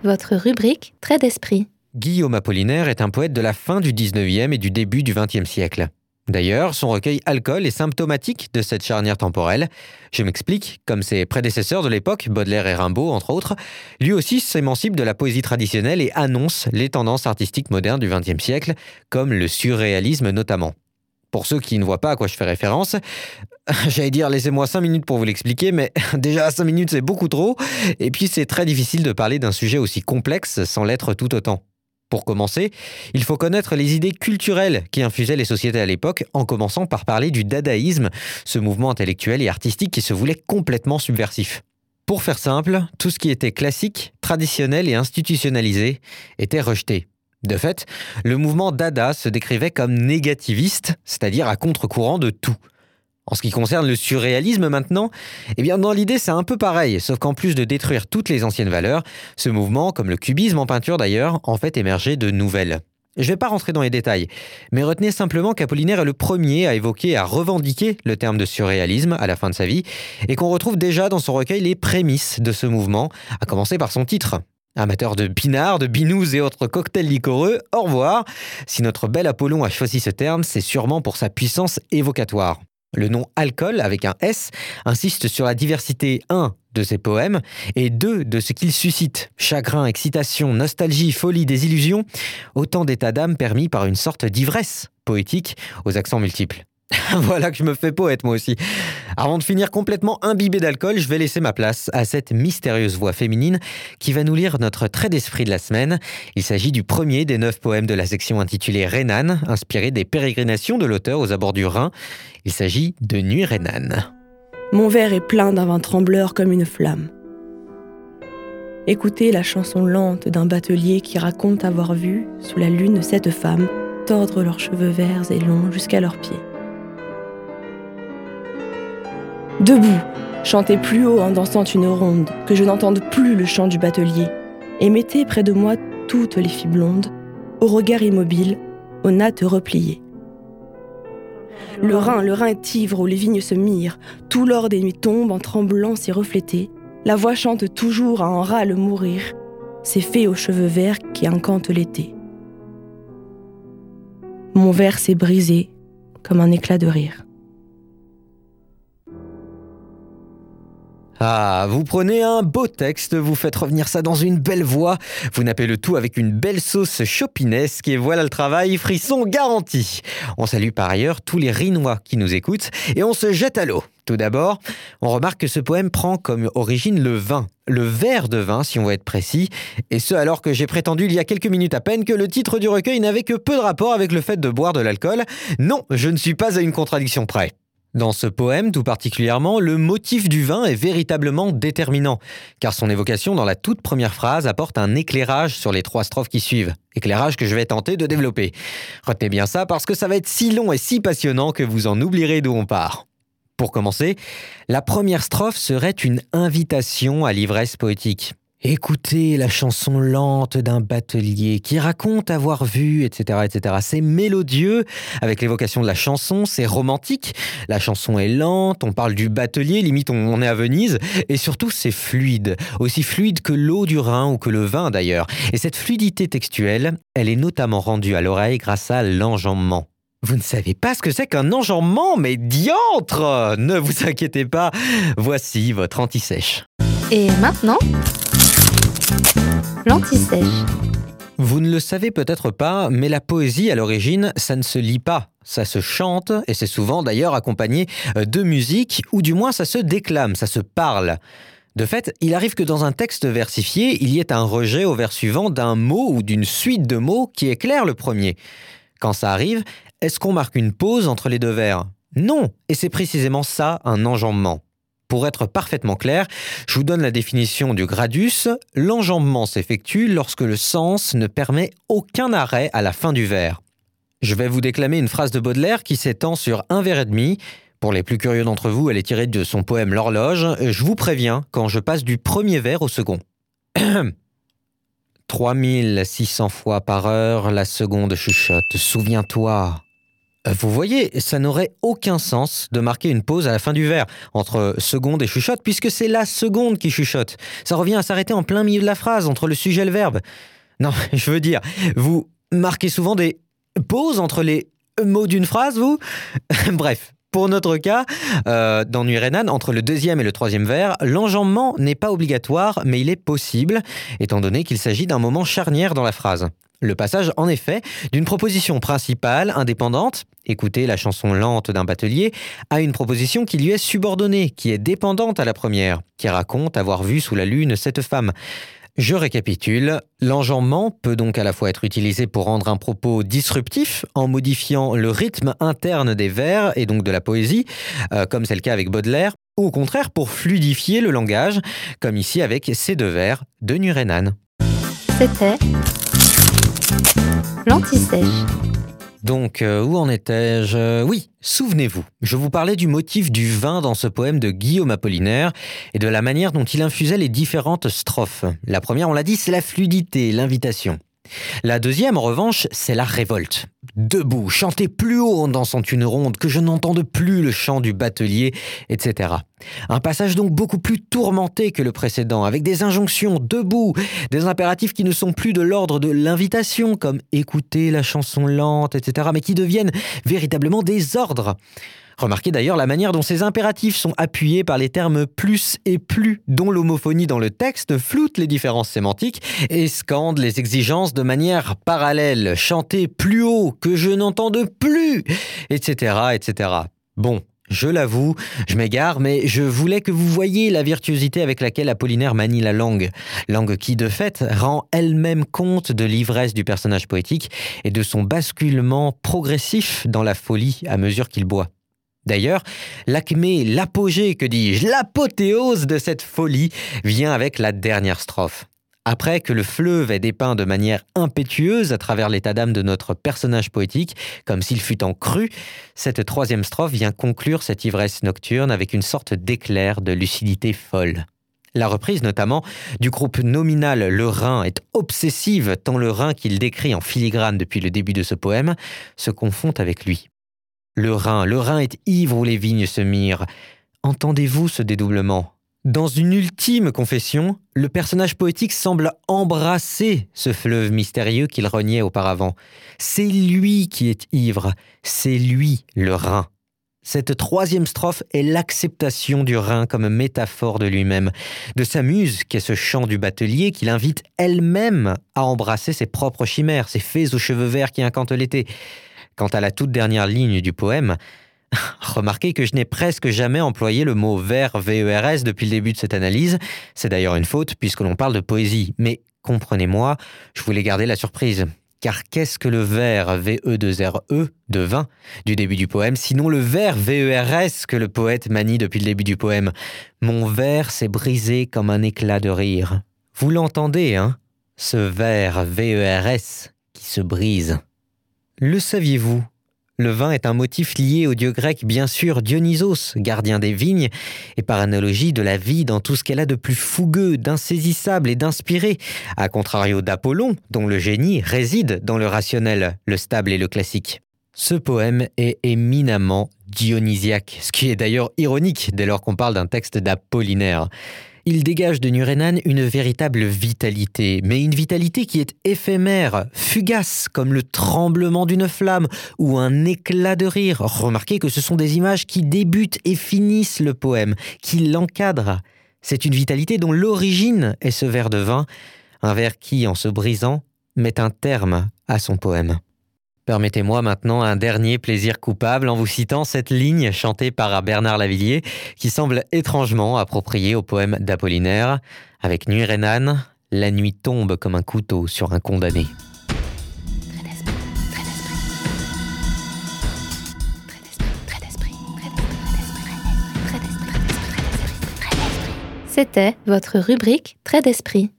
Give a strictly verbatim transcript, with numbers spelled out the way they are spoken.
votre rubrique Trait d'esprit. Guillaume Apollinaire est un poète de la fin du dix-neuvième et du début du vingtième siècle. D'ailleurs, son recueil Alcool est symptomatique de cette charnière temporelle. Je m'explique, comme ses prédécesseurs de l'époque, Baudelaire et Rimbaud entre autres, lui aussi s'émancipe de la poésie traditionnelle et annonce les tendances artistiques modernes du vingtième siècle, comme le surréalisme notamment. Pour ceux qui ne voient pas à quoi je fais référence, j'allais dire laissez-moi cinq minutes pour vous l'expliquer, mais déjà cinq minutes c'est beaucoup trop, et puis c'est très difficile de parler d'un sujet aussi complexe sans l'être tout autant. Pour commencer, il faut connaître les idées culturelles qui infusaient les sociétés à l'époque, en commençant par parler du dadaïsme, ce mouvement intellectuel et artistique qui se voulait complètement subversif. Pour faire simple, tout ce qui était classique, traditionnel et institutionnalisé était rejeté. De fait, le mouvement Dada se décrivait comme négativiste, c'est-à-dire à contre-courant de tout. En ce qui concerne le surréalisme maintenant, eh bien dans l'idée c'est un peu pareil, sauf qu'en plus de détruire toutes les anciennes valeurs, ce mouvement, comme le cubisme en peinture d'ailleurs, en fait émerger de nouvelles. Je ne vais pas rentrer dans les détails, mais retenez simplement qu'Apollinaire est le premier à évoquer et à revendiquer le terme de surréalisme à la fin de sa vie, et qu'on retrouve déjà dans son recueil les prémices de ce mouvement, à commencer par son titre. Amateurs de pinard, de binous et autres cocktails liquoreux, au revoir. Si notre bel Apollon a choisi ce terme, c'est sûrement pour sa puissance évocatoire. Le nom Alcool, avec un S, insiste sur la diversité un de ses poèmes et deux de ce qu'il suscite. Chagrin, excitation, nostalgie, folie, désillusion, autant d'états d'âme permis par une sorte d'ivresse poétique aux accents multiples. Voilà que je me fais poète moi aussi. Avant de finir complètement imbibé d'alcool, je vais laisser ma place à cette mystérieuse voix féminine qui va nous lire notre trait d'esprit de la semaine. Il s'agit du premier des neuf poèmes de la section intitulée Rhénane, inspiré des pérégrinations de l'auteur aux abords du Rhin. Il s'agit de Nuit Rhénane. Mon verre est plein d'un vin trembleur comme une flamme. Écoutez la chanson lente d'un batelier qui raconte avoir vu, sous la lune, sept femmes tordre leurs cheveux verts et longs jusqu'à leurs pieds. Debout, chantez plus haut en dansant une ronde, que je n'entende plus le chant du batelier, et mettez près de moi toutes les filles blondes, au regard immobile, aux nattes repliées. Le Rhin, le Rhin est ivre où les vignes se mirent, tout l'or des nuits tombe en tremblant s'y refléter, la voix chante toujours à en râle mourir, ces fées aux cheveux verts qui incantent l'été. Mon verre s'est brisé comme un éclat de rire. Ah, vous prenez un beau texte, vous faites revenir ça dans une belle voix, vous nappez le tout avec une belle sauce chopinesque et voilà le travail, frisson garanti. On salue par ailleurs tous les Rhinois qui nous écoutent et on se jette à l'eau. Tout d'abord, on remarque que ce poème prend comme origine le vin, le verre de vin si on veut être précis, et ce alors que j'ai prétendu il y a quelques minutes à peine que le titre du recueil n'avait que peu de rapport avec le fait de boire de l'alcool. Non, je ne suis pas à une contradiction près. Dans ce poème, tout particulièrement, le motif du vin est véritablement déterminant, car son évocation dans la toute première phrase apporte un éclairage sur les trois strophes qui suivent, éclairage que je vais tenter de développer. Retenez bien ça parce que ça va être si long et si passionnant que vous en oublierez d'où on part. Pour commencer, la première strophe serait une invitation à l'ivresse poétique. Écoutez la chanson lente d'un batelier qui raconte avoir vu, et cetera, et cetera. C'est mélodieux avec l'évocation de la chanson, c'est romantique. La chanson est lente, on parle du batelier, limite on est à Venise. Et surtout, c'est fluide, aussi fluide que l'eau du Rhin ou que le vin d'ailleurs. Et cette fluidité textuelle, elle est notamment rendue à l'oreille grâce à l'enjambement. Vous ne savez pas ce que c'est qu'un enjambement, mais diantre! Ne vous inquiétez pas, voici votre anti-sèche. Et maintenant, l'anti-sèche. Vous ne le savez peut-être pas, mais la poésie, à l'origine, ça ne se lit pas. Ça se chante, et c'est souvent d'ailleurs accompagné de musique, ou du moins ça se déclame, ça se parle. De fait, il arrive que dans un texte versifié, il y ait un rejet au vers suivant d'un mot ou d'une suite de mots qui éclaire le premier. Quand ça arrive, est-ce qu'on marque une pause entre les deux vers ? Non, et c'est précisément ça, un enjambement. Pour être parfaitement clair, je vous donne la définition du gradus. L'enjambement s'effectue lorsque le sens ne permet aucun arrêt à la fin du vers. Je vais vous déclamer une phrase de Baudelaire qui s'étend sur un vers et demi. Pour les plus curieux d'entre vous, elle est tirée de son poème L'Horloge. Je vous préviens quand je passe du premier vers au second. trois mille six cents fois par heure, la seconde chuchote. Souviens-toi. Vous voyez, ça n'aurait aucun sens de marquer une pause à la fin du vers, entre seconde et chuchote, puisque c'est la seconde qui chuchote. Ça revient à s'arrêter en plein milieu de la phrase, entre le sujet et le verbe. Non, je veux dire, vous marquez souvent des pauses entre les mots d'une phrase, vous ? Bref. Pour notre cas, euh, dans Nuit Rhénane, entre le deuxième et le troisième vers, l'enjambement n'est pas obligatoire, mais il est possible, étant donné qu'il s'agit d'un moment charnière dans la phrase. Le passage, en effet, d'une proposition principale, indépendante, écoutez la chanson lente d'un batelier, à une proposition qui lui est subordonnée, qui est dépendante à la première, qui raconte avoir vu sous la lune cette femme. Je récapitule, l'enjambement peut donc à la fois être utilisé pour rendre un propos disruptif en modifiant le rythme interne des vers et donc de la poésie, euh, comme c'est le cas avec Baudelaire, ou au contraire pour fluidifier le langage, comme ici avec ces deux vers de Nuit Rhénane. C'était l'Anti-Sèche. Donc, euh, où en étais-je ? Oui, souvenez-vous, je vous parlais du motif du vin dans ce poème de Guillaume Apollinaire et de la manière dont il infusait les différentes strophes. La première, on l'a dit, c'est la fluidité, l'invitation. La deuxième, en revanche, c'est la révolte. Debout, chantez plus haut en dansant une ronde, que je n'entende plus le chant du batelier, et cetera. Un passage donc beaucoup plus tourmenté que le précédent, avec des injonctions debout, des impératifs qui ne sont plus de l'ordre de l'invitation, comme écouter la chanson lente, et cetera, mais qui deviennent véritablement des ordres. Remarquez d'ailleurs la manière dont ces impératifs sont appuyés par les termes plus et plus, dont l'homophonie dans le texte floute les différences sémantiques et scande les exigences de manière parallèle. Chantez plus haut, que je n'entende plus, et cetera, et cetera. Bon, je l'avoue, je m'égare, mais je voulais que vous voyiez la virtuosité avec laquelle Apollinaire manie la langue. Langue qui, de fait, rend elle-même compte de l'ivresse du personnage poétique et de son basculement progressif dans la folie à mesure qu'il boit. D'ailleurs, l'acmé, l'apogée, que dis-je, l'apothéose de cette folie vient avec la dernière strophe. Après que le fleuve est dépeint de manière impétueuse à travers l'état d'âme de notre personnage poétique, comme s'il fût en crue, cette troisième strophe vient conclure cette ivresse nocturne avec une sorte d'éclair de lucidité folle. La reprise notamment du groupe nominal Le Rhin est obsessive tant le Rhin qu'il décrit en filigrane depuis le début de ce poème se confond avec lui. Le Rhin, le Rhin est ivre où les vignes se mirent. Entendez-vous ce dédoublement ? Dans une ultime confession, le personnage poétique semble embrasser ce fleuve mystérieux qu'il reniait auparavant. C'est lui qui est ivre, c'est lui le Rhin. Cette troisième strophe est l'acceptation du Rhin comme métaphore de lui-même, de sa muse qu'est ce chant du batelier qui l'invite elle-même à embrasser ses propres chimères, ses fées aux cheveux verts qui incantent l'été. Quant à la toute dernière ligne du poème, remarquez que je n'ai presque jamais employé le mot vers, V E R S, depuis le début de cette analyse. C'est d'ailleurs une faute puisque l'on parle de poésie. Mais comprenez-moi, je voulais garder la surprise. Car qu'est-ce que le vers V E deux R E de vin du début du poème, sinon le vers V E R S que le poète manie depuis le début du poème. Mon vers s'est brisé comme un éclat de rire. Vous l'entendez, hein ? Ce vers V E R S qui se brise. Le saviez-vous ? Le vin est un motif lié au dieu grec, bien sûr, Dionysos, gardien des vignes, et par analogie de la vie dans tout ce qu'elle a de plus fougueux, d'insaisissable et d'inspiré, à contrario d'Apollon, dont le génie réside dans le rationnel, le stable et le classique. Ce poème est éminemment dionysiaque, ce qui est d'ailleurs ironique dès lors qu'on parle d'un texte d'Apollinaire. Il dégage de Nuit Rhénane une véritable vitalité, mais une vitalité qui est éphémère, fugace, comme le tremblement d'une flamme ou un éclat de rire. Remarquez que ce sont des images qui débutent et finissent le poème, qui l'encadrent. C'est une vitalité dont l'origine est ce verre de vin, un verre qui, en se brisant, met un terme à son poème. Permettez-moi maintenant un dernier plaisir coupable en vous citant cette ligne chantée par Bernard Lavilliers qui semble étrangement appropriée au poème d'Apollinaire. Avec Nuit Rhénane, la nuit tombe comme un couteau sur un condamné. C'était votre rubrique Trait d'esprit.